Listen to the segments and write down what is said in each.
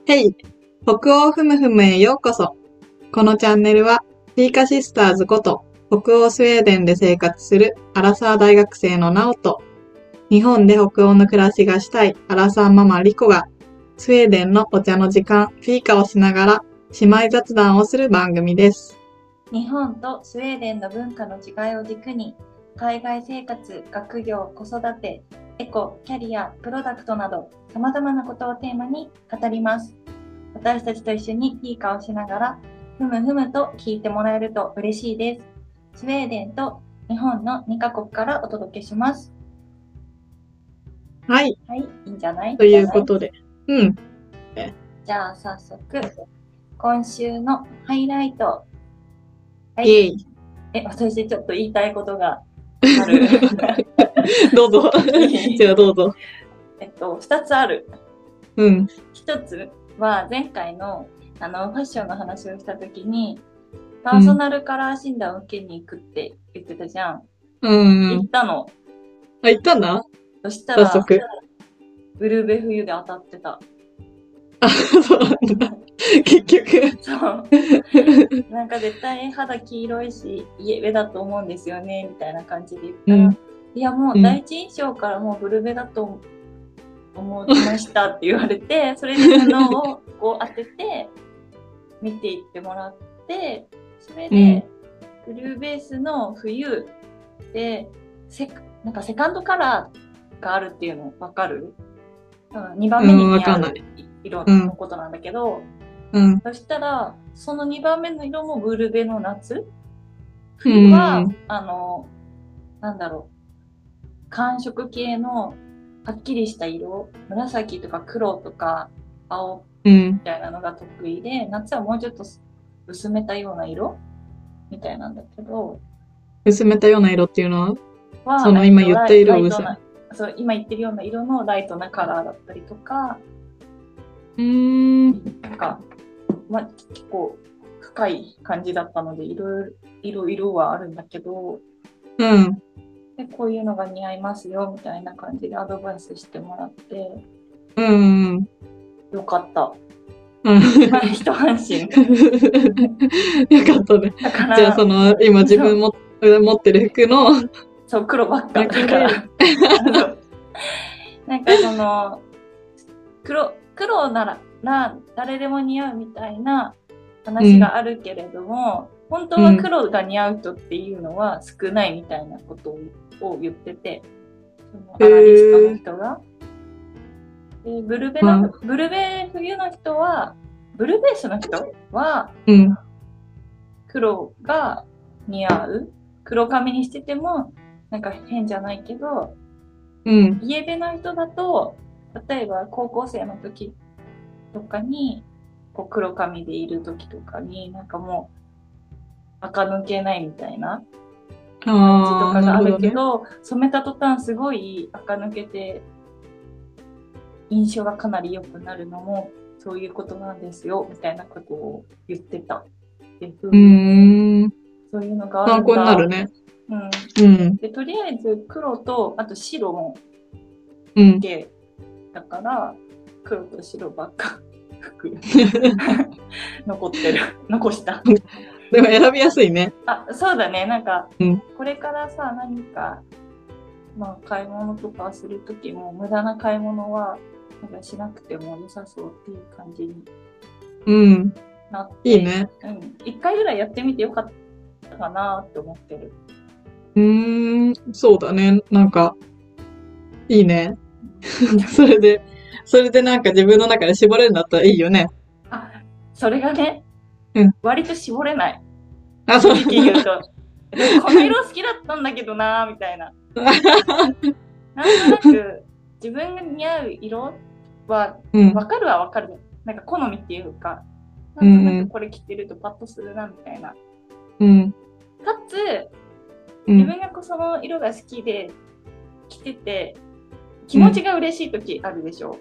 へい、北欧ふむふむへようこそ。このチャンネルは、フィーカシスターズこと、北欧スウェーデンで生活するアラサー大学生のナオと、日本で北欧の暮らしがしたいアラサーママリコが、スウェーデンのお茶の時間、フィーカをしながら、姉妹雑談をする番組です。 日本とスウェーデンの文化の違いを軸に、海外生活、学業、子育て、エコ、キャリア、プロダクトなど、様々なことをテーマに語ります。私たちと一緒にフィーカをしながら、ふむふむと聞いてもらえると嬉しいです。スウェーデンと日本の2カ国からお届けします。 はい。 はい、いいんじゃない？ ということで。 じゃあ早速、今週のハイライト。 はい。 私ちょっと言いたいことがある。 どうぞ。じゃあどうぞ。 2つある。 1 つは前回のファッションの話をしたときに、パーソナルカラー診断を受けに行くって言ってたじゃん。行ったの。 行ったんだ。 そしたら、ブルベ冬で当たってた。 そうなんだ。結局。 そう。なんか絶対肌黄色いし、イエベだと思うんですよね、みたいな感じで言ったら、いやもう第一印象からもうブルベだと思いましたって言われて、それで布をこう当てて、見ていってもらって、それで、ブルーベースの冬で、なんかセカンドカラーがあるっていうのわかる？2番目に似合う色のことなんだけど、そしたら、その2番目の色もブルベの夏。冬は、なんだろう、寒色系のはっきりした色、紫とか黒とか青みたいなのが得意で、夏はもうちょっと薄めたような色みたいなんだけど。 薄めたような色っていうのはその今言っている薄め。 そう、今言ってるような色のライトなカラーだったりとか、なんか、結構深い感じだったので、いろいろはあるんだけど、で、こういうのが似合いますよ、みたいな感じでアドバイスしてもらって、よかった。一安心。 よかったね。じゃあ今自分持ってる服の、 そう、黒ばっかだから。なんか黒なら誰でも似合うみたいな話があるけれども、本当は黒が似合う人っていうのは少ないみたいなことを言ってて、そのアナリストの人が。でブルベ冬の人は、ブルベースの人は、黒が似合う。黒髪にしてても、なんか変じゃないけど、イエベの人だと、例えば高校生の時とかに、こう黒髪でいる時とかに、なんかもう、垢抜けないみたいな感じとかがあるけど、染めた途端すごい垢抜けて、印象がかなり良くなるのも、そういうことなんですよ、みたいなことを言ってた。そういうのがあるんだ。 参考になるね。 で、とりあえず黒と、あと白も、OK。だから、黒と白ばっか服残した。 でも選びやすいね。 そうだね。なんか、これからさ、何か、買い物とかするときも、無駄な買い物は、なんかしなくても良さそうっていう感じになって。 いいね。 一回ぐらいやってみてよかったかなって思ってる。 そうだね。なんか、いいね。それでなんか自分の中で絞れるんだったらいいよね。 それがね、割と絞れない。 そう。 正直言うと。この色好きだったんだけどなーみたいな。なんとなく、自分が似合う色は、わかるはわかる。なんか好みっていうか、なんとなくこれ着てるとパッとするなみたいな。かつ、自分がその色が好きで着てて、気持ちが嬉しい時あるでしょ。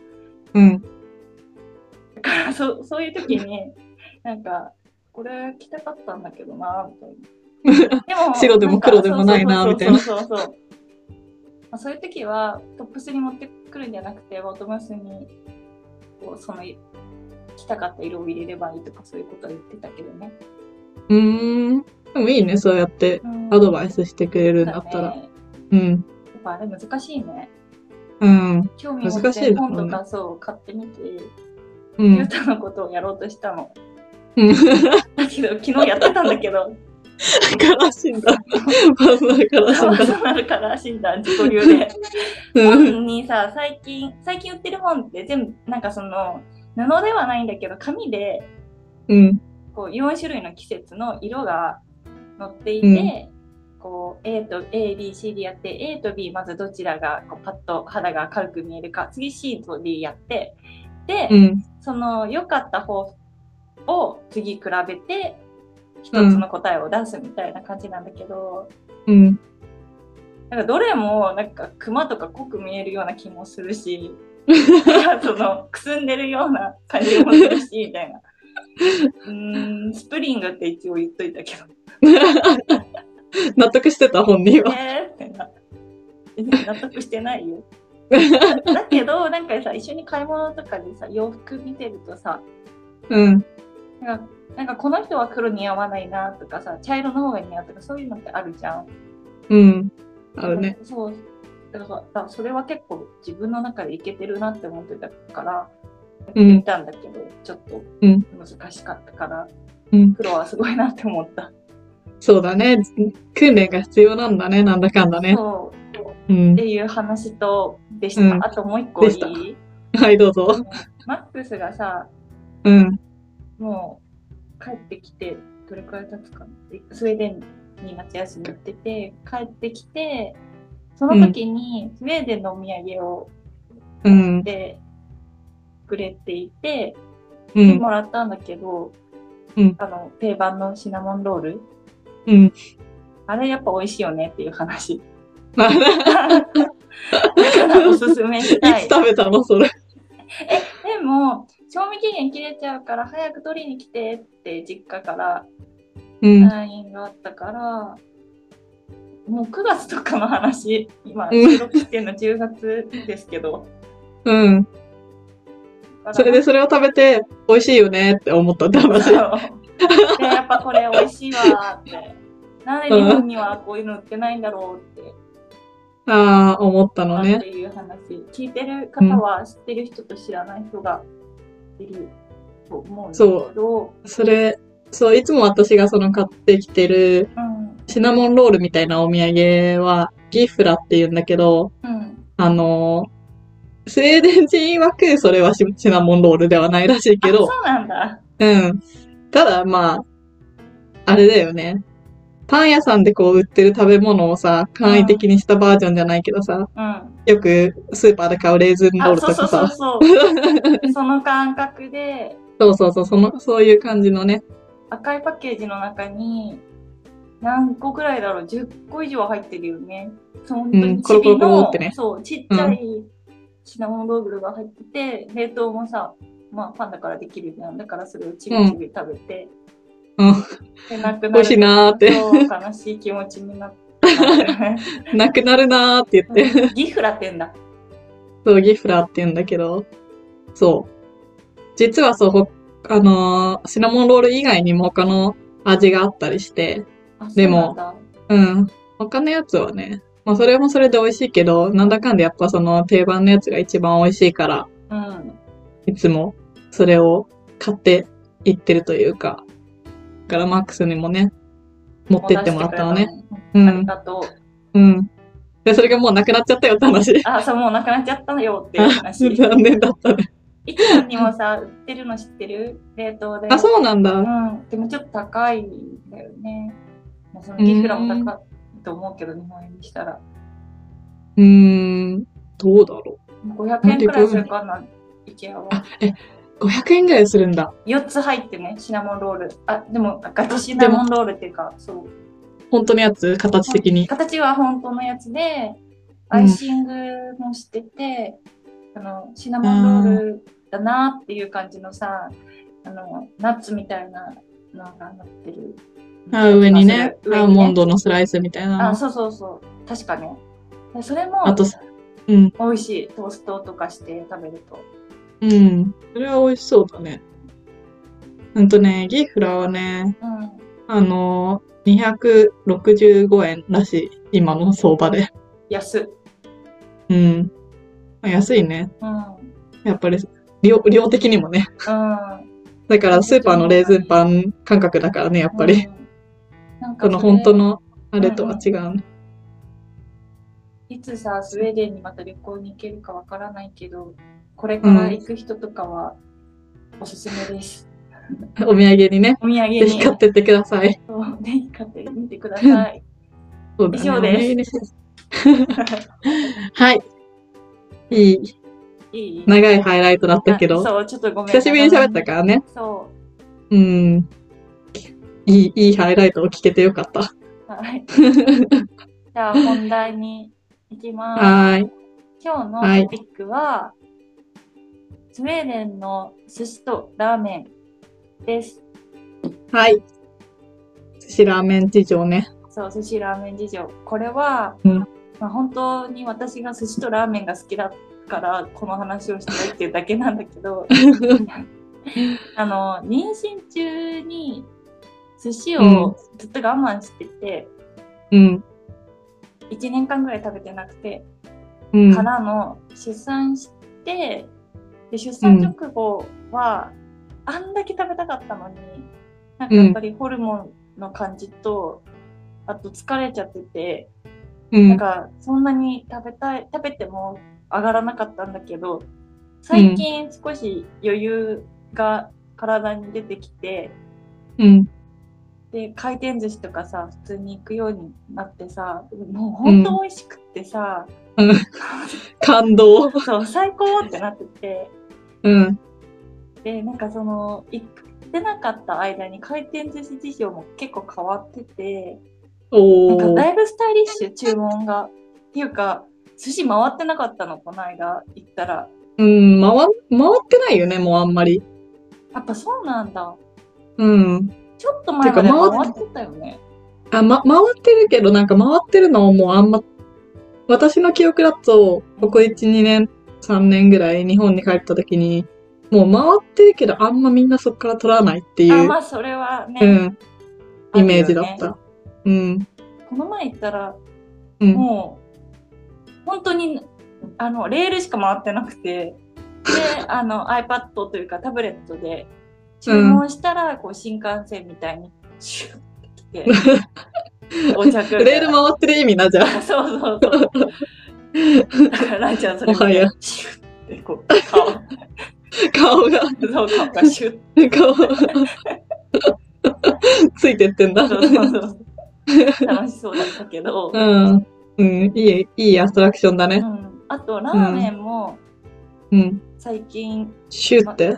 だからそういう時に、なんか、これ着たかったんだけどなみたいな。でも白でも黒でもないなみたいな。 そういう時はトップスに持ってくるんじゃなくて、ボトムスにこうそのきたかった色を入れればいいとかそういうことは言ってたけどね。 でもいいね、そうやってアドバイスしてくれるんだったら。 ね、 うん。 やっぱあれ難しいね。 うん。 興味持って本とかそう買ってみて、ゆうたのことをやろうとしたの。だけど昨日やってたんだけど。 カラー診断。パーソナルカラー診断。 パーソナルカラー診断自己流で。本にさ、最近売ってる本って全部なんかその布ではないんだけど紙で、こう4種類の季節の色が載っていて、こう A、B、C でやって A と B まずどちらがこうパッと肌が明るく見えるか、次 C と D やってで、その良かった方を次比べて一つの答えを出すみたいな感じなんだけど、なんかどれもなんかクマとか濃く見えるような気もするしそのくすんでるような感じもするしみたいな。スプリングって一応言っといたけど納得してた本人は、 納得してないよだけどなんかさ、一緒に買い物とかでさ洋服見てるとさ、なんかこの人は黒似合わないなとかさ、茶色の方が似合うとかそういうのってあるじゃん。 あるね。 そうだからそれは結構自分の中でいけてるなって思ってたからやってみたんだけど、ちょっと難しかったから、黒はすごいなって思った。 そうだね。訓練が必要なんだね、なんだかんだね。 そう、っていう話とでした。あともう一個いい？ はい、どうぞ。 マックスがさ、もう帰ってきてどれくらい経つかな、スウェーデンに夏休み行ってて帰ってきて、その時にスウェーデンのお土産を買ってくれていて、もらったんだけど、定番のシナモンロール、あれやっぱ美味しいよねっていう話だからおすすめしたい。 いつ食べたのそれ。 でも賞味期限切れちゃうから早く取りに来てって実家からLINEがあったから、もう9月とかの話、今収録してるの10月ですけど、 それでそれを食べて美味しいよねって思ったって話。 でやっぱこれ美味しいわって、なんで日本にはこういうの売ってないんだろうって思ったのね。 っていう話、聞いてる方は知ってる人と知らない人がいると思うんだけど、 そういつも私がその買ってきてるシナモンロールみたいなお土産はギフラって言うんだけど、スウェーデン人曰くそれはシナモンロールではないらしいけど、 そうなんだ。 ただまああれだよね。パン屋さんでこう売ってる食べ物をさ、簡易的にしたバージョンじゃないけどさ、よくスーパーで買うレーズンロールとかさ。 その感覚で。 そういう感じのね。 赤いパッケージの中に、何個くらいだろう、10個以上入ってるよね。本当にちびの、そう、ちっちゃいシナモンロールが入ってて、冷凍もさ、まあパンだからできるじゃん。だからそれをちびちび食べて、でなくなる。 美味しいなーって。 悲しい気持ちになって。 なくなるなーって言って。 ギフラって言うんだ。 そう、ギフラって言うんだけど、そう。実はそう、シナモンロール以外にも他の味があったりして、でも、他のやつはね、まあそれもそれで美味しいけど、なんだかんでやっぱその定番のやつが一番美味しいから、いつもそれを買っていってるというか、だからマックスにもね、持ってってもらったのね。 ありがとう。 で、それがもうなくなっちゃったよって話。 そう、もうなくなっちゃったのよっていう話。 残念だったね。 イキさんにもさ、売ってるの知ってる？冷凍で。 そうなんだ。 でもちょっと高いんだよね。そのギフラも高いと思うけど、日本円にしたら。 どうだろう。500円くらいするかな、イケアは。 500円ぐらいするんだ。 4つ入ってね、シナモンロール。でも、ガチシナモンロールっていうか、そう。 本当のやつ？形的に。 形は本当のやつで、アイシングもしてて、シナモンロールだなっていう感じのさ、ナッツみたいなのが乗ってる。 上にね、アーモンドのスライスみたいな。 そう。確かね。それも、美味しい。トーストとかして食べると。 それは美味しそうだね。 ギフラはね、 うん。 265円らしい。今の相場で。 安っ。 うん。安いね。 うん。 やっぱり、量的にもね。 うん。 だからスーパーのレーズンパン感覚だからね、やっぱり。 うん。なんこのかそれ、 本当のあれとは違う。 いつさ、スウェーデンにまた旅行に行けるかわからないけど、これから行く人とかはおすすめです。 お土産にね、 お土産ぜひに。 買ってってください。 そう、ぜひ買ってみてください。 そうだね、 以上です。 はい。いい、 いい長いハイライトだったけど、 そう、ちょっとごめん。 久しぶりに喋ったからね。 そうん。いいハイライトを聞けてよかった。 はい。じゃあ本題に行きます。 はい。 今日のトピックは、スウェーデンの寿司とラーメンです。 はい。寿司ラーメン事情ね。 そう、寿司ラーメン事情。これは、本当に私が寿司とラーメンが好きだからこの話をしたいっていうだけなんだけど妊娠中に寿司をずっと我慢してて、1年間ぐらい食べてなくて、からの出産して、で出産直後はあんだけ食べたかったのに、なんかやっぱりホルモンの感じと、あと疲れちゃってて、なんかそんなに食べても上がらなかったんだけど、最近少し余裕が体に出てきて、で回転寿司とかさ普通に行くようになってさ、もうほんと美味しくってさ、 感動。 そう最高ってなってて、でなんかその行ってなかった間に回転寿司事情も結構変わってて、なんかだいぶスタイリッシュ注文がっていうか、寿司回ってなかったのこの間行ったら。 回ってないよね、もうあんまり。 やっぱそうなんだ。 ちょっと前まで回ってたよね。 回ってるけど、なんか回ってるのもうあんま、私の記憶だと、ここ1、2年、3年ぐらい日本に帰った時に、もう回ってるけどあんまみんなそっから取らないっていう。 まあそれはね。 イメージだった。 この前行ったら、もう、本当に、レールしか回ってなくて、で、iPad というかタブレットで注文したら、こう、新幹線みたいに、シュッてきて、到着。 レール回ってる意味な、じゃあ。 そうそうそう。だから、ランちゃんそれ見て、シュッてこう、顔が。そう、顔がシュッて。顔ついてってんだ。 そうそうそう。楽しそうだったけど。 いいアトラクションだね。 あと、ラーメンも、最近。 シュッて。 違う。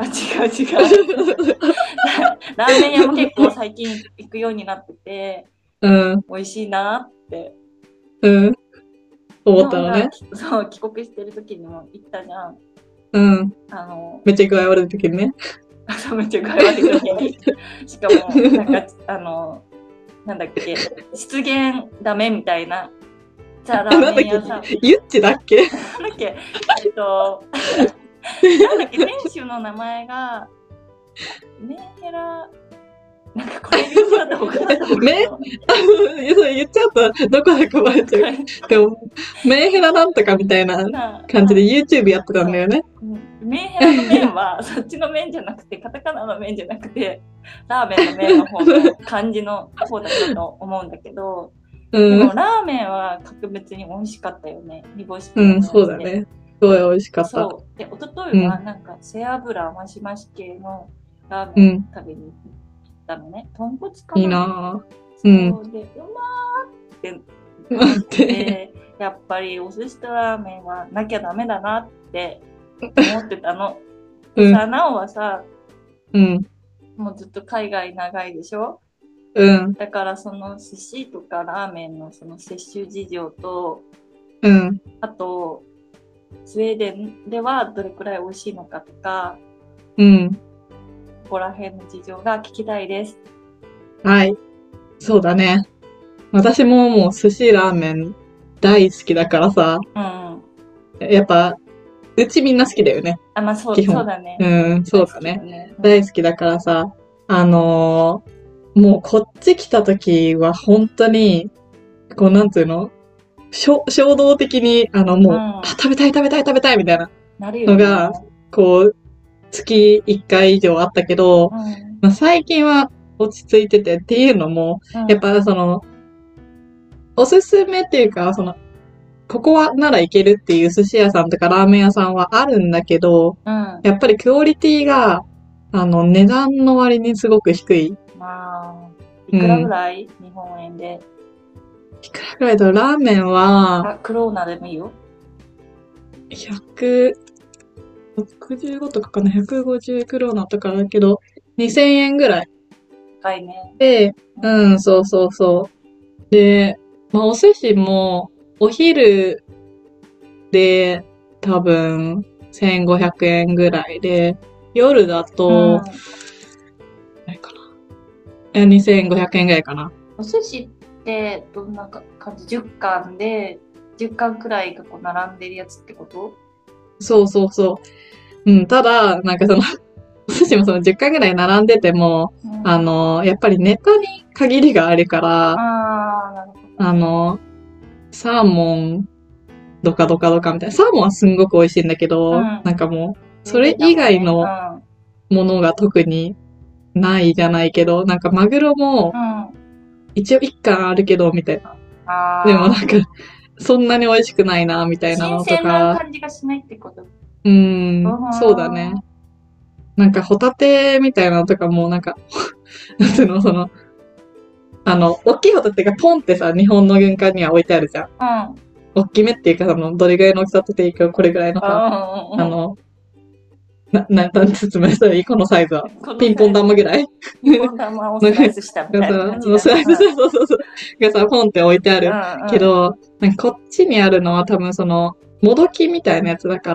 ラーメン屋も結構最近行くようになってて、美味しいなって。 思ったのね。 そう、帰国してる時にも行ったじゃん。 めっちゃ具合悪い時にね。 そう、めっちゃ具合悪い時に。しかも、なんか、なんだっけ、失言ダメみたいな。じゃあ、ラーメン屋さん。 ゆっちだっけなんだっけ、なんだっけ、店主の名前が、メンヘラ、なんかこれ言っちゃった方が言っちゃうとどこだかバレちゃう。でも、メンヘラなんとかみたいな感じで YouTube やってたんだよね。 メンヘラの麺は、そっちの麺じゃなくて、カタカナの麺じゃなくて、ラーメンの麺の方の漢字の方だったと思うんだけど、でもラーメンは格別に美味しかったよね。煮干し。 そうだね。すごい美味しかった。 そう。で、一昨日はなんか背脂マシマシ系のラーメン食べに行ったのね。豚骨かな。 いいなぁ。そうで、うまーってで、やっぱりお寿司とラーメンはなきゃダメだなって思ってたの。さ、なおはさ、もうずっと海外長いでしょ。だからその寿司とかラーメンのその摂取事情と、あとスウェーデンではどれくらい美味しいのかとか、ここら辺の事情が聞きたいです。 はい、そうだね。私ももう寿司ラーメン大好きだからさ、やっぱうちみんな好きだよね。 あ、まあそう基本だね。 そうだね。 ね。 大好きだからさ、もうこっち来た時は本当に、こうなんつうの衝動的に、もう、食べたいみたいななるよね。 のが、こう、月1回以上あったけど、まあ、最近は落ち着いててっていうのも、やっぱおすすめっていうか、ここはならいけるっていう寿司屋さんとかラーメン屋さんはあるんだけど、やっぱりクオリティが、値段の割にすごく低い。 まあ、いくらぐらい、日本円で。 いくらぐらいだろう、ラーメンは、 クローナでもいいよ。 165とかかな、150クローナとかだけど、2000円ぐらい。 高いね。 で、そうそうそう。で、まあお寿司も、お昼で多分1500円ぐらいで、夜だと、あれかな。2500円ぐらいかな。 お寿司ってどんな感じ ?10 貫で、10貫くらいがこう並んでるやつってこと？ そうそうそう。ただ、なんかお寿司も10貫ぐらい並んでても、やっぱりネタに限りがあるから、 なるほど。 サーモン、ドカみたいな。サーモンはすんごく美味しいんだけど、なんかもう、それ以外のものが特にないじゃないけど、なんかマグロも、一応1貫あるけど、みたいな。でもなんか、そんなに美味しくないな、みたいなのとか。 新鮮な感じがしないってこと？ そうだね。なんかホタテみたいなのとかもなんか、なんていうの、大きいホタテがポンってさ、日本の軍艦には置いてあるじゃん。大きめっていうか、どれぐらいの大きさって言うか、これぐらいのさ、なんて説明したらいいこのサイズは。ピンポン玉ぐらいピンポン玉をスライスしたみたいな感じだ。 スライス、そう。がさ、ポンって置いてある。けど、なんかこっちにあるのは多分もどきみたいなやつだから、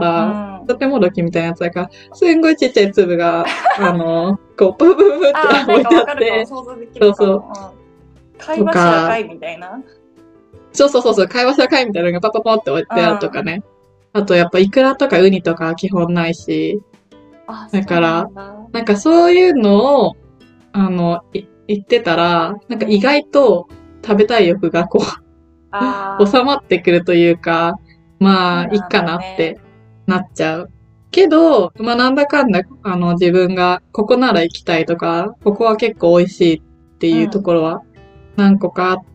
ホタテもどきみたいなやつだから、すんごいちっちゃい粒が、こう、ブブブブって置いてあって、そうそう。 貝柱貝みたいな。 そう、貝柱貝みたいなのがパパパって置いてあるとかね。あとやっぱイクラとかウニとか基本ないし、だから、なんかそういうのを、言ってたら、なんか意外と食べたい欲がこう、収まってくるというか、まあ、いいかなってなっちゃう。けど、まあなんだかんだ、自分がここなら行きたいとか、ここは結構美味しいっていうところは何個かあって、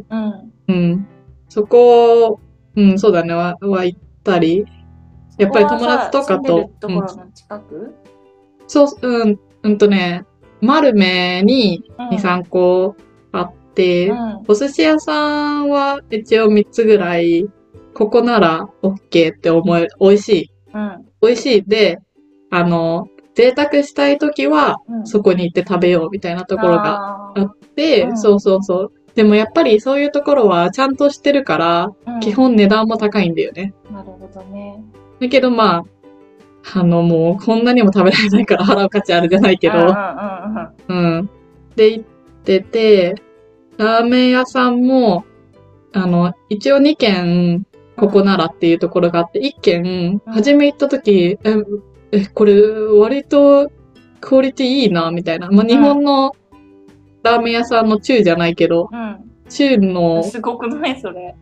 そこ、そうだね、は行ったり、やっぱり友達とかと。 ところの近く？ そう、マルメに2、3個あって、お寿司屋さんは一応3つぐらい、ここなら OK って思える。美味しい。美味しい。で、贅沢したいときは、そこに行って食べようみたいなところがあって、そう。でもやっぱりそういうところはちゃんとしてるから、基本値段も高いんだよね。 なるほどね。 だけどまあ、もうこんなにも食べられないから払う価値あるじゃないけど、で、行ってて、ラーメン屋さんも、一応2軒、ここならっていうところがあって、1軒、初め行った時、これ割とクオリティいいな、みたいな。まあ、日本のラーメン屋さんの中じゃないけど、中の、 すごくないそれ。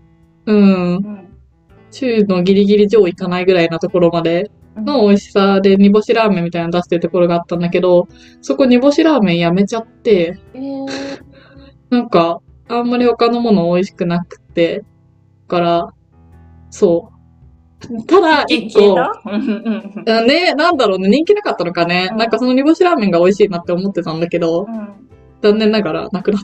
中のギリギリ上位かないぐらいなところまでの美味しさで煮干しラーメンみたいなの出してるところがあったんだけど、そこ煮干しラーメンやめちゃって、なんか、あんまり他のもの美味しくなくて、から、そう。ただ、一個、ね、なんだろうね、人気なかったのかね。なんかその煮干しラーメンが美味しいなって思ってたんだけど、残念ながらなくなって。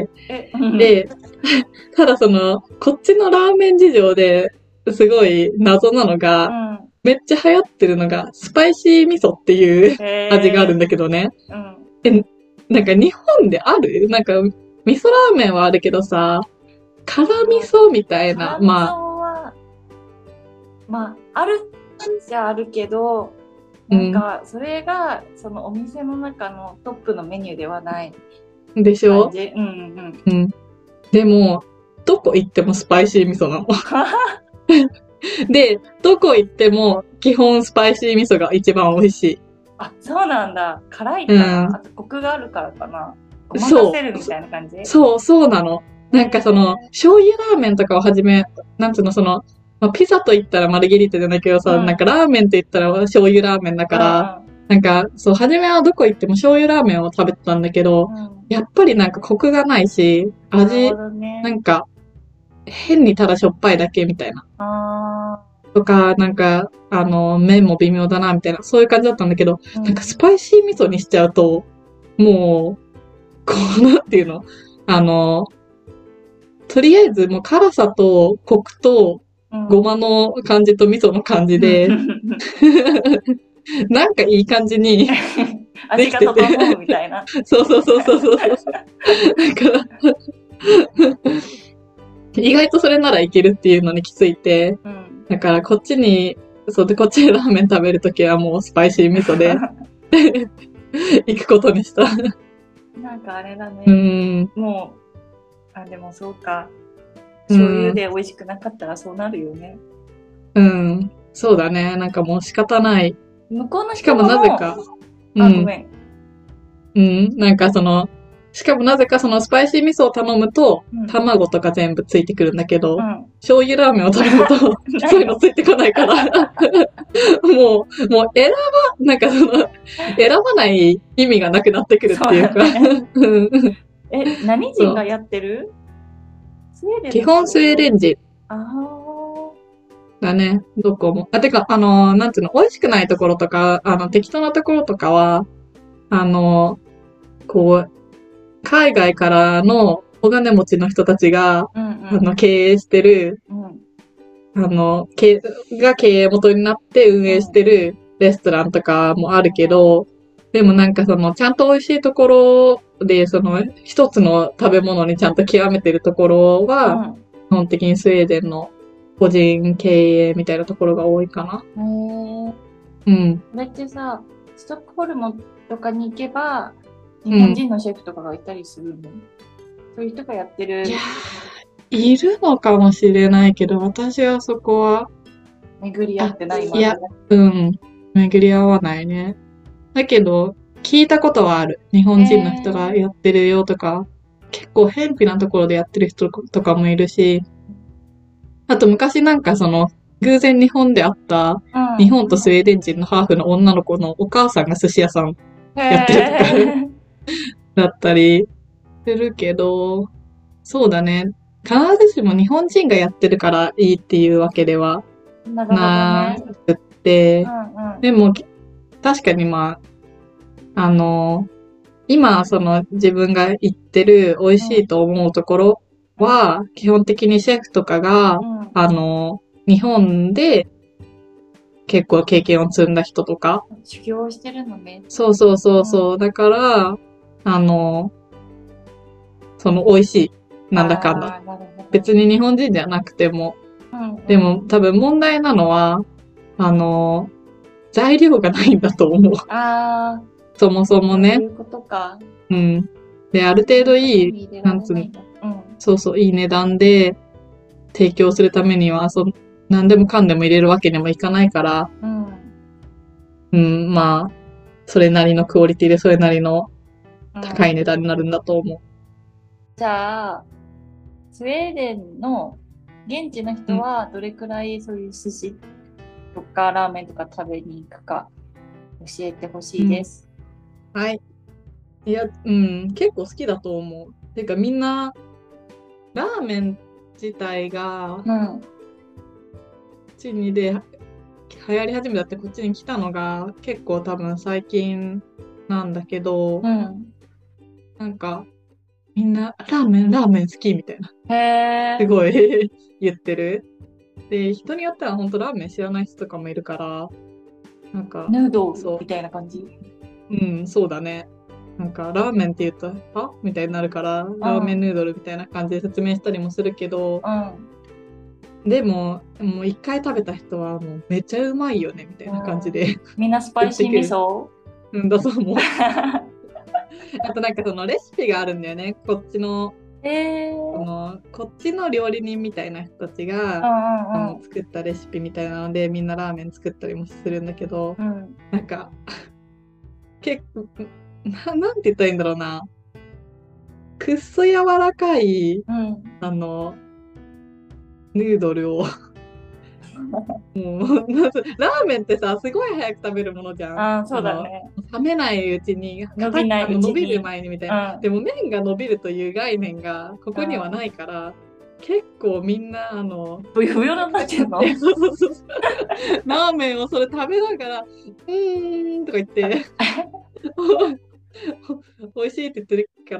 で、ただこっちのラーメン事情ですごい謎なのが、めっちゃ流行ってるのが、スパイシー味噌っていう味があるんだけどね。なんか日本である？なんか、味噌ラーメンはあるけどさ、辛味噌みたいな、 まあ、あるじゃあるけど、なんか、それが、そのお店の中のトップのメニューではない。 でしょ？でも、どこ行ってもスパイシー味噌なの。 で、どこ行っても基本スパイシー味噌が一番美味しい。 あ、そうなんだ。辛いかな、 うんあとコクがあるからかな。ごまそうかせるみたいな感じ。 そうなの。なんかその、醤油ラーメンとかをはじめ、なんつうの、その、まあ、ピザと言ったらマルゲリータじゃないけどさ、 うんなんかラーメンと言ったら醤油ラーメンだから、なんか、そう、はじめはどこ行っても醤油ラーメンを食べてたんだけど、やっぱりなんかコクがないし、 なる味、 ほどね。 なんか、変にただしょっぱいだけみたいな。とか、なんか、麺も微妙だな、みたいな、そういう感じだったんだけど、なんかスパイシー味噌にしちゃうと、もう、こう、なんていうのとりあえずもう辛さとコクとごまの感じと味噌の感じで、なんかいい感じに味が整うみたいな。 そう。だから、意外とそれならいけるっていうのに気づいて、だからこっちに、こっちでラーメン食べるときはもうスパイシー味噌で行くことにした。 なんかあれだね。もう、でもそうか。醤油で美味しくなかったらそうなるよね。 そうだね。なんかもう仕方ない。 向こうのしかもなぜか。 ごめん。 なんかしかもなぜかそのスパイシー味噌を頼むと、卵とか全部ついてくるんだけど、醤油ラーメンを頼むと、そういうのついてこないから、もうなんか選ばない意味がなくなってくるっていうか。 何人がやってる？スウェーデン？ 基本スウェーデン人。だね、どこも。てか、なんていうの、美味しくないところとか、適当なところとかは、こう、海外からのお金持ちの人たちが、経営してる、が経営元になって運営してるレストランとかもあるけど、でもなんかちゃんと美味しいところで、一つの食べ物にちゃんと極めてるところは、基本的にスウェーデンの個人経営みたいなところが多いかな。 これってさ、ストックホルムとかに行けば、日本人のシェフとかがいたりするの？そういう人がやってる。 いやー、いるのかもしれないけど、私はそこは。 巡り合ってないいや、巡り合わないね。だけど、聞いたことはある。日本人の人がやってるよとか、結構偏僻なところでやってる人とかもいるし、あと昔なんか偶然日本で会った、日本とスウェーデン人のハーフの女の子のお母さんが寿司屋さんやってるとか、だったりするけど、そうだね。必ずしも日本人がやってるからいいっていうわけではなくって、でも確かに今自分が行ってる美味しいと思うところは、基本的にシェフとかが、日本で結構経験を積んだ人とか。 修行してるのね。 そう。だから、美味しい。なんだかんだ。別に日本人じゃなくても。でも多分問題なのは、材料がないんだと思う。そもそもね。 そういうことか。 で、ある程度いい、なんつうの、いい値段で提供するためには、何でもかんでも入れるわけにもいかないから、それなりのクオリティでそれなりの高い値段になるんだと思う。 じゃあ、スウェーデンの現地の人はどれくらいそういう寿司とかラーメンとか食べに行くか教えてほしいです。 はい。いや、結構好きだと思う。てかみんな、ラーメン自体が、こっちに流行り始めたってこっちに来たのが結構多分最近なんだけど、なんか、みんなラーメン好きみたいな。すごい言ってる。で、人によっては本当ラーメン知らない人とかもいるから、なんか。 ヌードルみたいな感じ？ そうだね。なんか、ラーメンって言うと、みたいになるから、ラーメンヌードルみたいな感じで説明したりもするけど、でもう一回食べた人はもうめっちゃうまいよね、みたいな感じで。 みんなスパイシー味噌？ だと思う。あとなんかレシピがあるんだよね。こっちのこっちの料理人みたいな人たちが、作ったレシピみたいなのでみんなラーメン作ったりもするんだけど、なんか結構なんて言ったらいいんだろうな、くっそ柔らかい、ヌードルをもうラーメンってさ、すごい早く食べるものじゃん。 そうだね。 冷めないうちに、 伸びないうちに伸びる前にみたいな。でも麺が伸びるという概念がここにはないから、結構みんな、 ブヨブヨになってんのそうそうそう。ラーメンをそれ食べながら、とか言って、美味しいって言ってるから、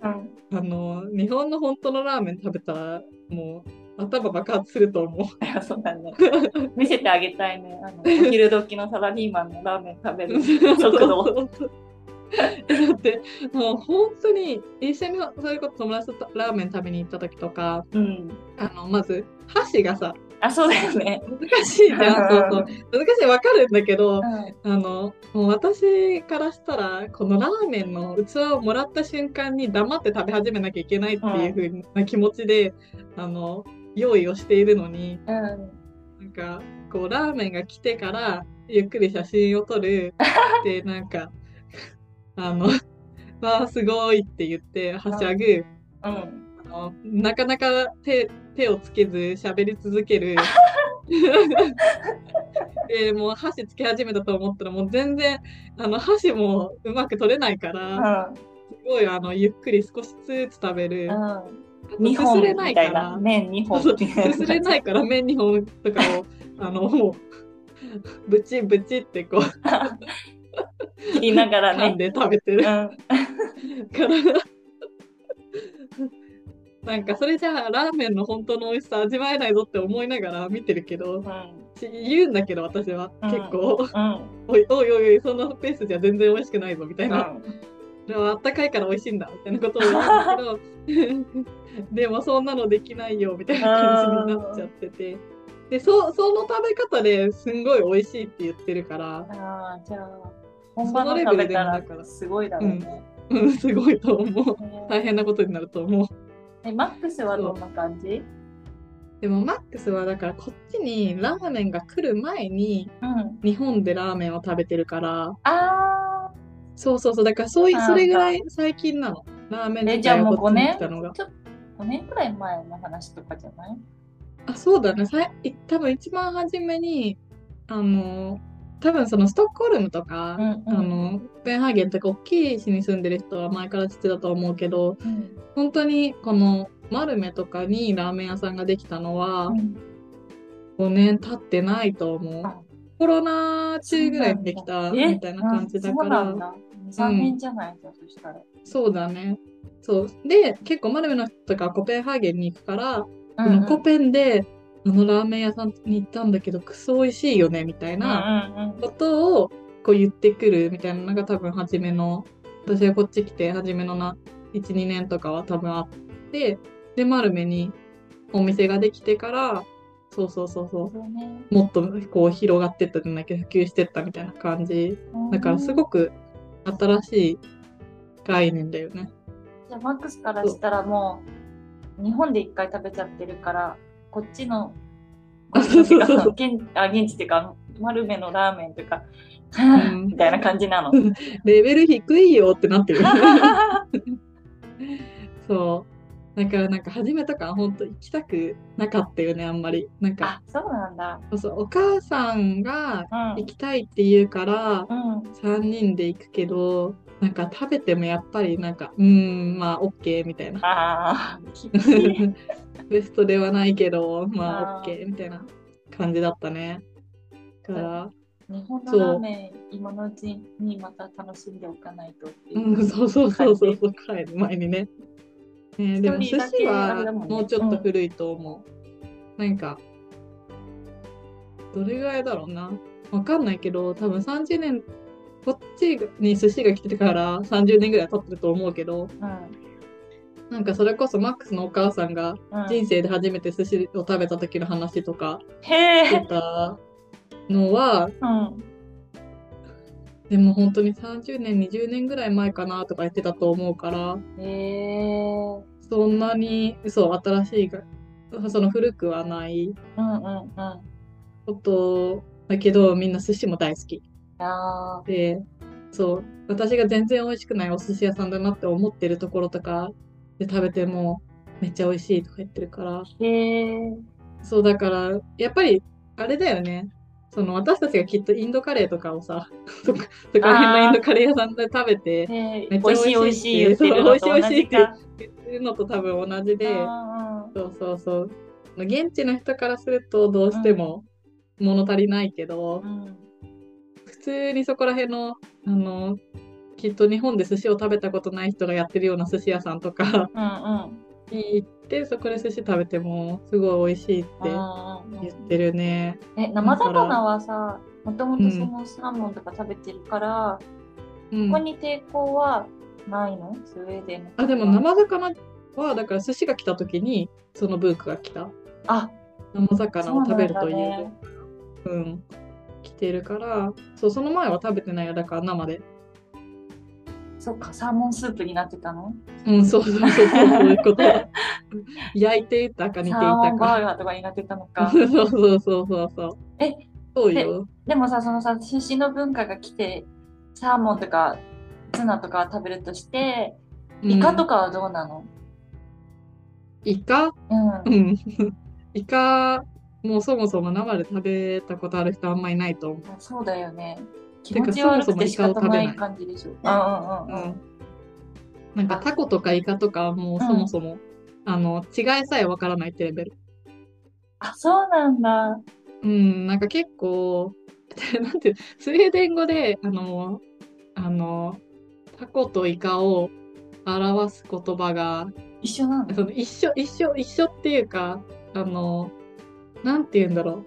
日本の本当のラーメン食べたら、もう頭爆発すると思う。 そうだね。見せてあげたいね。お昼時のサラリーマンのラーメン食べる速度。 だってもう本当に一緒にそれこそ友達とラーメン食べに行った時とか、まず箸がさ、 そうだよね。 難しいじゃん。そうそう。難しい、わかるんだけど、もう私からしたら、このラーメンの器をもらった瞬間に黙って食べ始めなきゃいけないっていう風な気持ちで、用意をしているのに、なんか、こう、ラーメンが来てから、ゆっくり写真を撮る。で、なんか、わあ、すごいって言って、はしゃぐ。なかなか手をつけず喋り続ける。でもう箸つけ始めたと思ったらもう全然箸もうまく取れないから、すごいゆっくり少しずつ食べる。 2本みたいな。麺2本。 すれないから麺2本とかをもうブチブチってこう切りながらね。 噛んで食べてる。からなんかそれじゃあラーメンの本当の美味しさ味わえないぞって思いながら見てるけど、言うんだけど私は結構、おいおいおいそのペースじゃ全然美味しくないぞみたいな、でもあったかいから美味しいんだみたいなことを言うんだけどでもそんなのできないよみたいな感じになっちゃってて、でその食べ方ですんごい美味しいって言ってるから、 じゃあ本場の食べたらすごいだろうね。 すごいと思う。大変なことになると思う。 マックスはどんな感じ？ でもマックスはだからこっちにラーメンが来る前に日本でラーメンを食べてるから、そうそうそう、だからそれぐらい最近なの。ラーメン自体がこっちに来たのが。 5年くらい前の話とかじゃない？ そうだね。多分一番初めに多分そのストックホルムとか、コペンハーゲンとか大きい市に住んでる人は前から知ってたと思うけど、本当にこのマルメとかにラーメン屋さんができたのは5年経ってないと思う。コロナ中ぐらいにできたみたいな感じだから。 3年じゃないか、そしたら。 そうだね。そう。で、結構マルメの人とかコペンハーゲンに行くから、コペンでラーメン屋さんに行ったんだけどクソ美味しいよねみたいなことをこう言ってくるみたいなのが多分初めの、私がこっち来て初めの1、2年とかは多分あって、でマルメにお店ができてから、もっとこう広がってったじゃないけど普及してったみたいな感じだから、すごく新しい概念だよね。 じゃあマックスからしたらもう日本で1回食べちゃってるからこっちの現地っていうかマルメのラーメンとかみたいな感じなの。 レベル低いよってなってる。そうだからなんか初めとか本当行きたくなかったよね、あんまり。なんかそうなんだ。 お母さんが行きたいって言うから、3人で行くけどなんか食べてもやっぱりなんかまあ OK みたいな。ベストではないけどまあ OK みたいな感じだったね。だから日本のラーメン今のうちにまた楽しんでおかないとっていう。 そう帰る前にね。でも寿司はもうちょっと古いと思う。なんかどれぐらいだろうな、わかんないけど多分30年こっちに寿司が来てから30年ぐらい経ってると思うけど、なんかそれこそマックスのお母さんが人生で初めて寿司を食べた時の話とかしてたのは、でも本当に30年20年ぐらい前かなとか言ってたと思うから、 そんなに、そう、新しいが、その古くはないうんうんうん。 ことだけど、みんな寿司も大好き。 あで、そう、私が全然美味しくないお寿司屋さんだなって思ってるところとかで食べても、めっちゃ美味しいとか言ってるから、 ー、へえ。 そう、だから、やっぱり、あれだよね。その、私たちがきっとインドカレーとかをさ、そこら辺のインドあカレー屋さんで食べて、めっち美味しい美ゃ美味しい味しい言っって、そう、 てるのと美味しい美味同じか。 しいって言ってるのと多分同じで、そうそうそう。現地の人からするとどうしても物足りないけど、普通にそこら辺の、きっと日本で寿司を食べたことない人がやってるような寿司屋さんとかに行って、そこで寿司食べてもすごい美味しいって言ってるね。 生魚はさ、もともとそのサーモンとか食べてるから、ここに抵抗はないの？スウェーデンの。 あ、でも生魚は、だから寿司が来た時に、そのブークが来た。 あ、 生魚を食べるという、来てるから、そう、その前は食べてないよ。だから生で。 そっか、サーモンスープになってたの？ そうそうそう、そういうこと。焼いていたか煮ていたか。 サーモンバーガーとかになってたのか。 そうそうそうそうそう。そうよ。 でもさ、そのさ、寿司の文化が来て、サーモンとかツナとか食べるとして、イカとかはどうなの？ イカイカ、もうそもそも生で食べたことある人あんまりいないと思う。 そうだよね。気持ち悪くて仕方ない感じでしょ。 なんかタコとかイカとかもうそもそも、違いさえわからないってレベル。 あ、そうなんだ。 なんか結構、なんて、スウェーデン語で、タコとイカを表す言葉が、 一緒なの？ その一緒っていうか、なんて言うんだろう。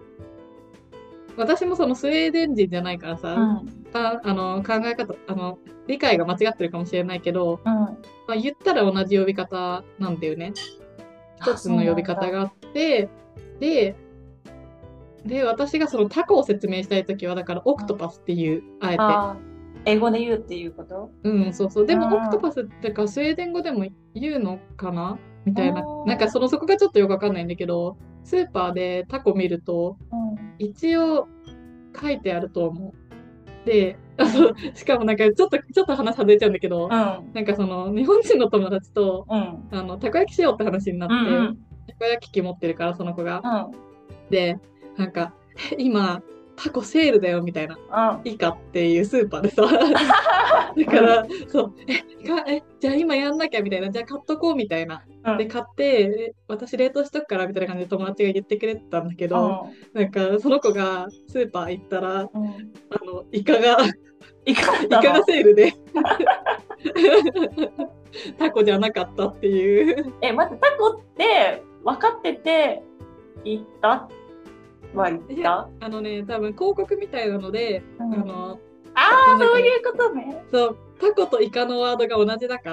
私もそのスウェーデン人じゃないからさ、考え方、理解が間違ってるかもしれないけど、まあ、言ったら同じ呼び方なんだよね。一つの呼び方があって、で、私がそのタコを説明したいときは、だからオクトパスっていう、あえて。英語で言うっていうこと？ そうそう。でも、オクトパスってか、スウェーデン語でも言うのかなみたいな。なんかそこがちょっとよくわかんないんだけど、スーパーでタコ見ると、一応書いてあると思う。で、しかもなんかちょっと話外れちゃうんだけど、なんかその日本人の友達と、たこ焼きしようって話になって、たこ焼き器持ってるから、その子が。で、なんか、今、タコセールだよみたいな、イカっていうスーパーでさ、だから、そう、じゃあ今やんなきゃみたいな、じゃあ買っとこうみたいな。で、買って、私冷凍しとくからみたいな感じで友達が言ってくれてたんだけど、なんかその子がスーパー行ったら、イカがセールで、タコじゃなかったっていう。 待って、タコって分かってて行ったは言った？ 多分広告みたいなので、 そういうことね。 そう、タコとイカのワードが同じだから。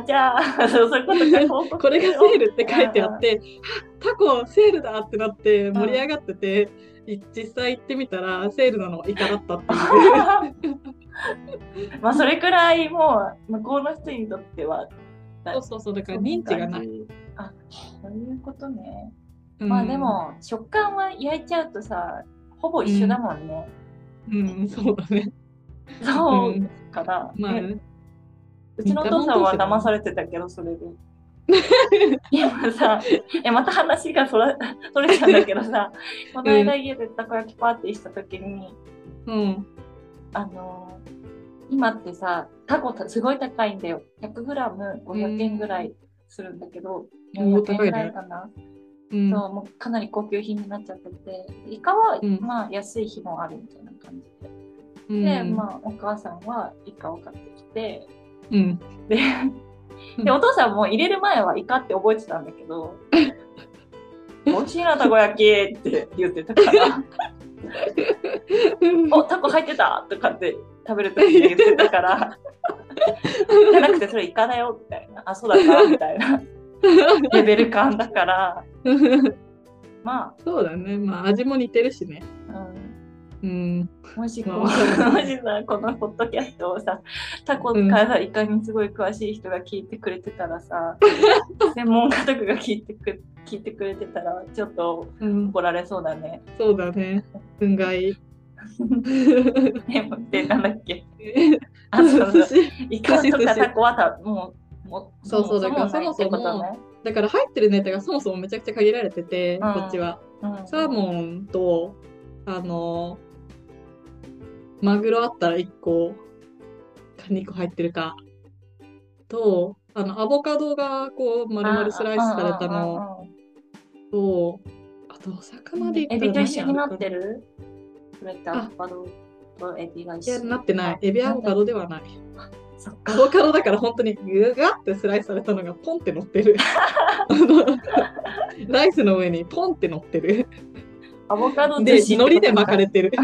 じゃあ、そういうことか。 これがセールって書いてあって、タコセールだってなって盛り上がってて、実際行ってみたらセールなのはイカだったっていう。 まあそれくらいもう向こうの人にとっては。 そう、だから認知がない。 そういうことね。まあでも食感は焼いちゃうとさ、ほぼ一緒だもんね。 そうだね。 そうかな。うちのお父さんは騙されてたけど、それで。今さ、また話がそれちゃうんだけどさ、この間家でたこ焼きパーティーした時に、今ってさ、タコすごい高いんだよ。100g500 円ぐらいするんだけど、400円ぐらいかな。そう、もうかなり高級品になっちゃってて、イカは、まあ安い日もあるみたいな感じで。で、まあお母さんはイカを買ってきて、で、お父さんも入れる前はイカって覚えてたんだけど、美味しいな、たこ焼きって言ってたから、お、タコ入ってたとかって食べるときに言ってたから、じゃなくてそれイカだよみたいな、そうだったみたいなレベル感だから、まあ。 そうだね、まあ味も似てるしね。 もしさ、このポッドキャストをさ、タコからイカにすごい詳しい人が聞いてくれてたらさ、 専門家とかが聞いてくれてたら、ちょっと怒られそうだね。 そうだね。憤慨。 で、なんだっけ。 寿司。 イカとかタコはそう、だからそもそも、だから入ってるネタがそもそもめちゃくちゃ限られてて、こっちは。サーモンと、マグロあったら1個か2個入ってるか。と、アボカドがこう、丸々スライスされたのと、あと、お魚で言ったらエビと一緒になってる？それってアボカドとエビが一緒に。 いや、なってない。エビアボカドではない。アボカドだから本当にグガってスライスされたのがポンって乗ってる。ライスの上にポンって乗ってる。 アボカドで、海苔で巻かれてる。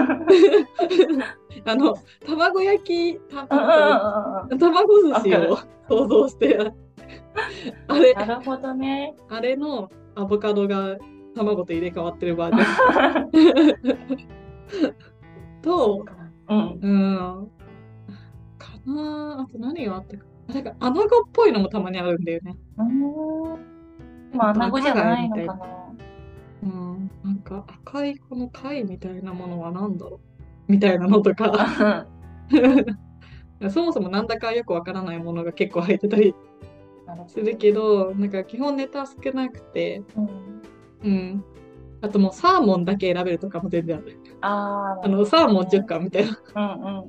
卵焼き、卵寿司を想像して、あれ、 なるほどね。 あれのアボカドが卵と入れ替わってるバージョン。と、かなあ。あと何があったか。なんか、アナゴっぽいのもたまにあるんだよね。 まあ、アナゴじゃないのかな。 なんか赤いこの貝みたいなものは何だろうみたいなのとか。そもそもなんだかよくわからないものが結構入ってたりするけど、なんか基本ネタ少なくて、あともうサーモンだけ選べるとかも全然ある。サーモン10貫みたいな。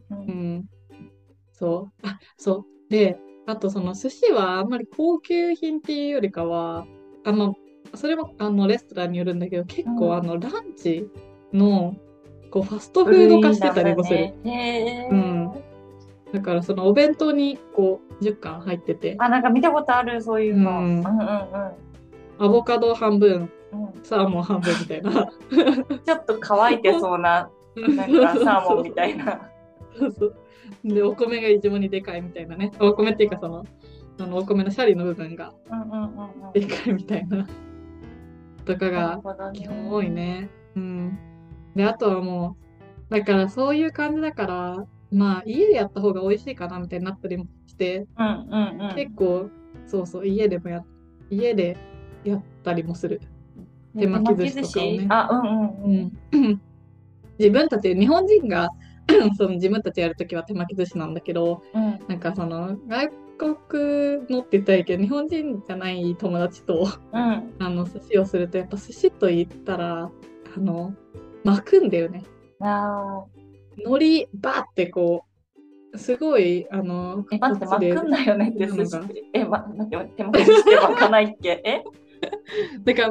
そう。そう。で、あとその寿司はあんまり高級品っていうよりかは、それもレストランによるんだけど、結構ランチのこうファストフード化してたりもする。だからそのお弁当にこう10貫入ってて。 なんか見たことある、そういうの。 アボカド半分、サーモン半分みたいな。 ちょっと乾いてそうな、なんかサーモンみたいな。 で、お米が異常にでかいみたいなね。お米っていうかお米のシャリの部分がでかいみたいな。とかが基本多いね。で、あとはもう、だからそういう感じだから、まあ家でやった方が美味しいかなみたいになったりもして、結構、そう、家でやったりもする。手巻き寿司とかをね。自分たち、日本人が自分たちやるときは手巻き寿司なんだけど、なんか外国のって言ったらいいけど、日本人じゃない友達と、寿司をすると、やっぱ寿司と言ったら、巻くんだよね。海苔、バーってこう、すごい、 待って、巻くんだよねって寿司。待って、手巻き寿司って巻かないっけ？ だから、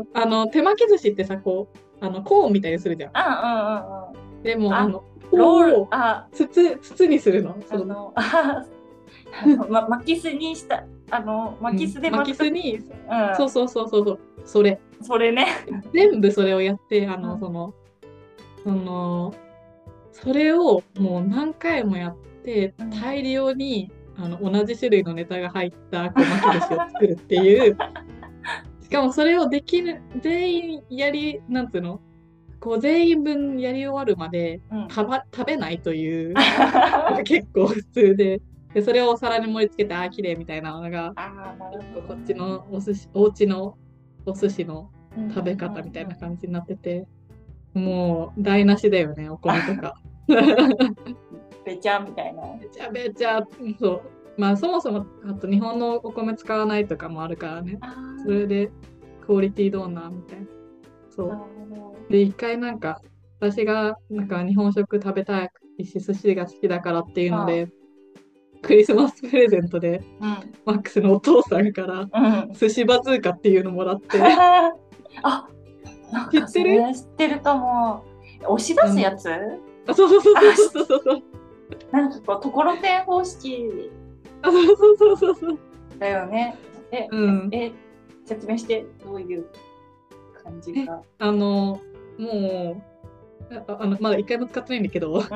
手巻き寿司ってさ、こう、コーンみたいにするじゃん。でも、 ロールを筒にするの。 巻きすにした、巻きすで巻きすに、そう、それ。 それね。 全部それをやって、それをもう何回もやって、大量に、同じ種類のネタが入った巻き寿司を作るっていう、しかもそれを全員なんつうのこう全員分やり終わるまで食べないという結構普通で、それをお皿に盛り付けて綺麗みたいなのがこっちのお家のお寿司の食べ方みたいな感じになってて、もう台無しだよね、お米とか。 べちゃみたいな。 べちゃ、そう。まあそもそもあと日本のお米使わないとかもあるからね。それでクオリティどうなみたいな。そう。で、一回なんか、私がなんか日本食食べたいし、寿司が好きだからっていうので、クリスマスプレゼントで、マックスのお父さんから、寿司バズーカっていうのもらって。 知ってる？知ってるかも。押し出すやつ？ そう。 なんかこう、ところてん方式。 そう。 だよね。説明して、どういう感じか。 もう、まだ一回も使ってないんだけど、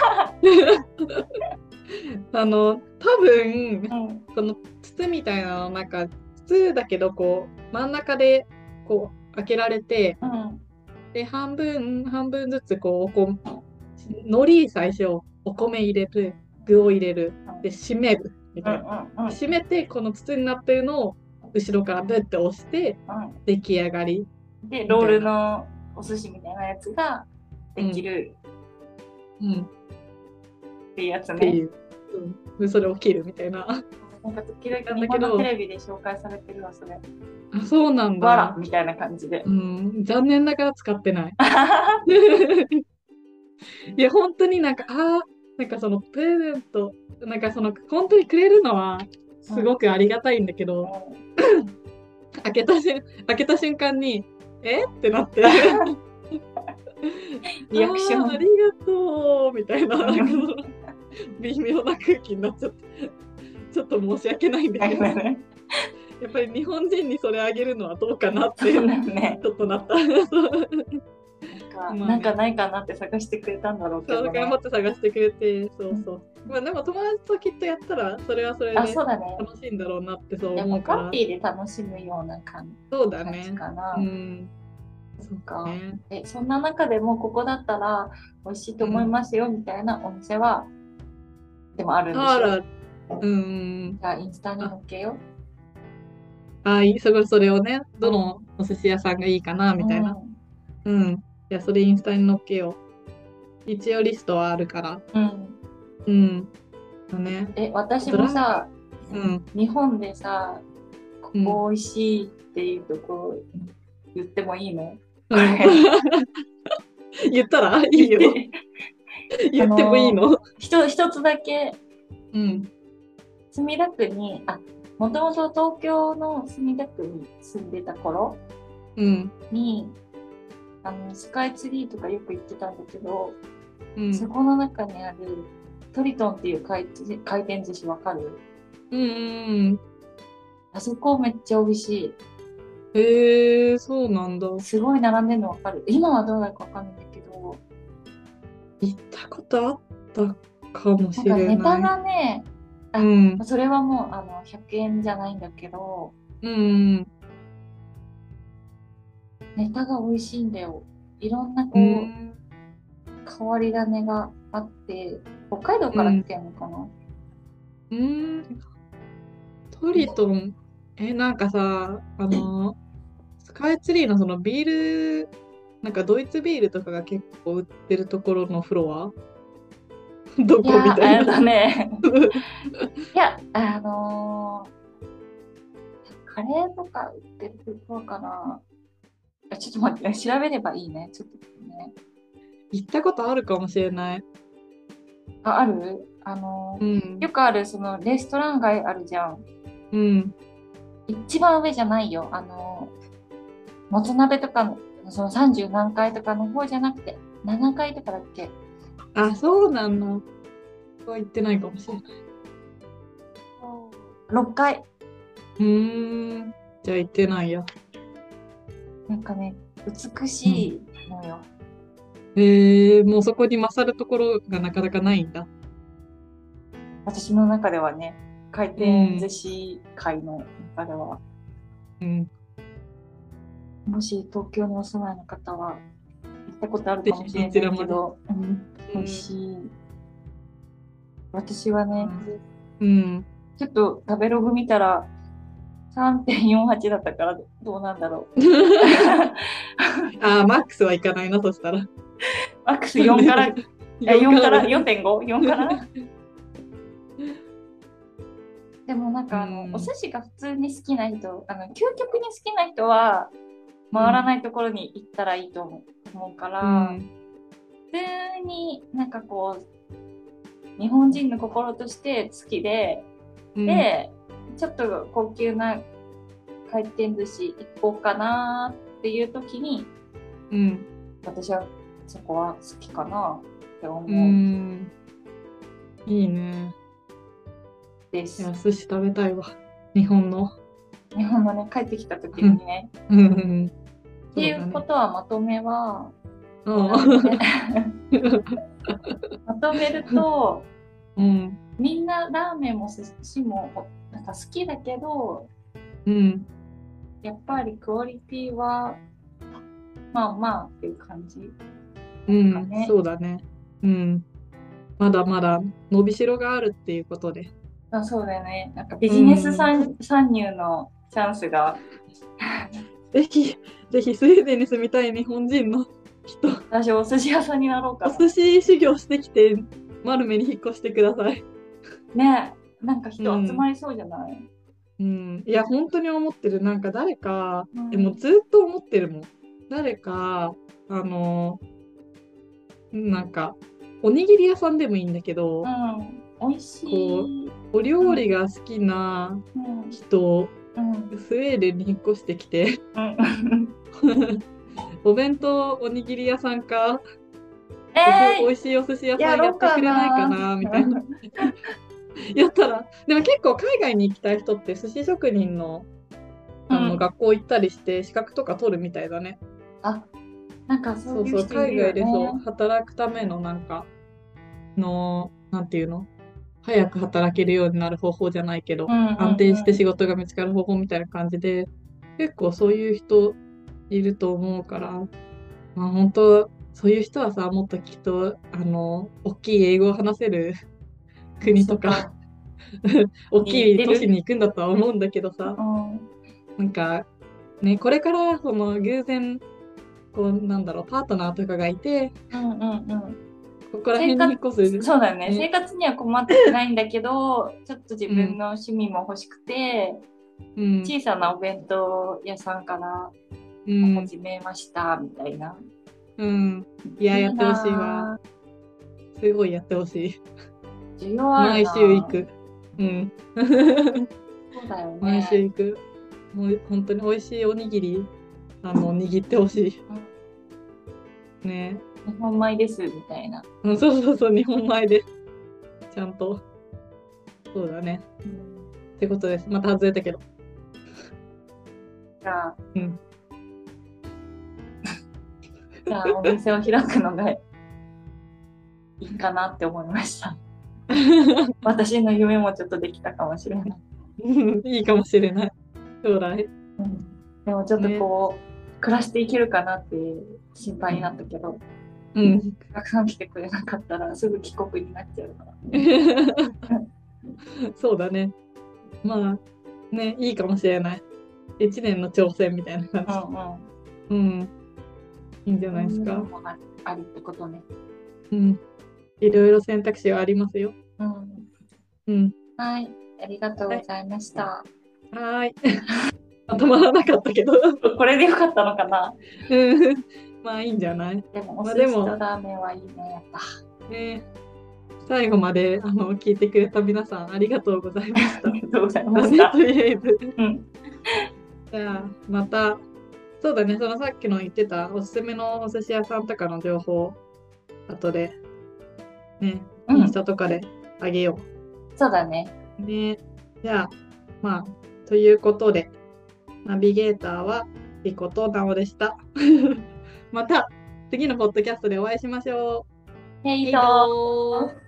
多分、その筒みたいなの、なんか、筒だけど、こう、真ん中で、こう、開けられて、で、半分ずつ、こう、海苔最初、お米入れる、具を入れる、で、締める、みたいな。締めて、この筒になってるのを、 後ろからブッて押して出来上がり。 で、ロールのお寿司みたいなやつができるっていうやつね。 っていう。で、それ起きるみたいな。 なんか時々日本のテレビで紹介されてるわ、それ。 あ、そうなんだ。 わらみたいな感じで。 残念ながら使ってない。いや、本当になんか、なんかそのプレゼント、なんかその本当にくれるのはすごくありがたいんだけど、開けた瞬間に、ってなって。 リアクション。 ありがとうみたいな、微妙な空気になっちゃって、ちょっと申し訳ないんだけど、やっぱり日本人にそれあげるのはどうかなって、ちょっとなった。 なんかないかなって探してくれたんだろうけど、ね。 頑張って探してくれて、そうそう。まあでも友達ときっとやったら、それはそれで楽しいんだろうなってそう思うから。 ハッピーで楽しむような感じかな。 そうだね。 そうか。そんな中でもここだったら美味しいと思いますよみたいなお店は、でもあるんでしょ。じゃあインスタに載っけよう。それをね、どのお寿司屋さんがいいかなみたいな。いや、それインスタに載っけよう。一応リストはあるから。 私もさ、日本でさ、ここ美味しいっていうとこ言ってもいいの？ 言ったらいいよ。言ってもいいの？ 一つだけ、墨田区に、もともと東京の墨田区に住んでた頃に、スカイツリーとかよく行ってたんだけど、そこの中にあるトリトンっていう回転寿司わかる？あそこめっちゃ美味しい。そうなんだ。 すごい並んでるのわかる？今はどうだかわかんないんだけど。 行ったことあったかもしれない。 ネタがね、それはもう100円じゃないんだけど、ネタが美味しいんだよ。いろんな変わり種があって、北海道から来てんのかな？ トリトン、なんかさ、スカイツリーのそのビール、なんかドイツビールとかが結構売ってるところのフロアどこみたいな。 いや、カレーとか売ってるところかな。ちょっと待って、調べればいいね。ちょっとね。 行ったことあるかもしれない。 ある？よくある、そのレストラン街あるじゃん。一番上じゃないよ。もつ鍋とかの、その30何階とかの方じゃなくて、7階とかだっけ？ そうなんだ。行ってないかもしれない。 6階。 じゃあ行ってないや。 なんかね、美しいのよ。 もうそこに勝るところがなかなかないんだ。 私の中ではね、回転寿司界の中では。もし東京にお住まいの方は行ったことあるかもしれないけど、美味しい。私はね、ちょっと食べログ見たら 3.48 だったからどうなんだろう。 マックスはいかないな、そしたら。 マックス4から、4から 4.5？4 からでもなんかお寿司が普通に好きな人、究極に好きな人は回らないところに行ったらいいと思うから、普通になんかこう日本人の心として好きで、でちょっと高級な回転寿司行こうかなっていう時に、私はそこは好きかなって思う。 いいね。 です。 いや、寿司食べたいわ。日本のね、帰ってきた時にね。っていうことはまとめは、まとめると、みんなラーメンも寿司もなんか好きだけど、やっぱりクオリティはまあまあっていう感じ、 そうだね。まだまだ伸びしろがあるっていうことで。 そうだよね。なんかビジネス参入のチャンスが。 ぜひスウェーデンに住みたい日本人の人、 私、お寿司屋さんになろうかおな。 寿司修行してきて、マルメに引っ越してください。 ねえ、なんか人集まりそうじゃない？ うん、いや、本当に思ってる。なんか誰か、 うんもうずっと思ってるもん。誰か、なんか、おにぎり屋さんでもいいんだけど、 美味しこい。 お料理が好きなうん人、 うんスウェーデンに引っ越してきて、 うんお弁当おにぎり屋さんか、美味しいお寿司屋さんやってくれないかな、みたいな。やったら、でも結構海外に行きたい人って寿司職人の、学校行ったりして資格とか取るみたいだね。 あ、なんかそういう人い海るよね。 外でそう働くためのなんていうの、早く働けるようになる方法じゃないけど、安定して仕事が見つかる方法みたいな感じで、結構そういう人いると思うから、まあ本当、そういう人はさ、もっときっと、大きい英語を話せる国とか、大きい都市に行くんだとは思うんだけどさ、なんか、ね、これからその偶然、こう、なんだろう、パートナーとかがいて、ここら辺に引っ越す。 そうだよね。生活には困ってないんだけど、ちょっと自分の趣味も欲しくて、小さなお弁当屋さんから始めました、みたいな。 いや、やってほしいわ。すごいやってほしい。 需要あるな。 毎週行く。 そうだよね。 毎週行く。もう本当に美味しいおにぎり、握ってほしい。ね。 日本米です、みたいな。 そう、日本米です。ちゃんと。そうだね。ってことです。また外れたけど。 じゃあ、じゃあお店を開くのがいいかなって思いました。私の夢もちょっとできたかもしれない。 いいかもしれない。将来。 でもちょっとこう、暮らしていけるかなって心配になったけど、たくさん来てくれなかったらすぐ帰国になっちゃうから。 そうだね。まあ、ね、いいかもしれない。1年の挑戦みたいな感じ。いいんじゃないですか。 あるってことね。 いろいろ選択肢はありますよ。 はい、ありがとうございました。 はい。まとまらなかったけど。 これでよかったのかな。 まあいいんじゃない。 でも、お寿司とラーメンはいいね、やっぱ。 最後まで聞いてくれた皆さんありがとうございました。 ありがとうございました。 とりあえず。じゃあ、また、そうだね、そのさっきの言ってたおすすめのお寿司屋さんとかの情報、後で、ね、インスタとかであげよう。そうだね。 じゃあ、まあ、ということで、ナビゲーターはリコとナオでした。また次のポッドキャストでお会いしましょう。 ヘイトー。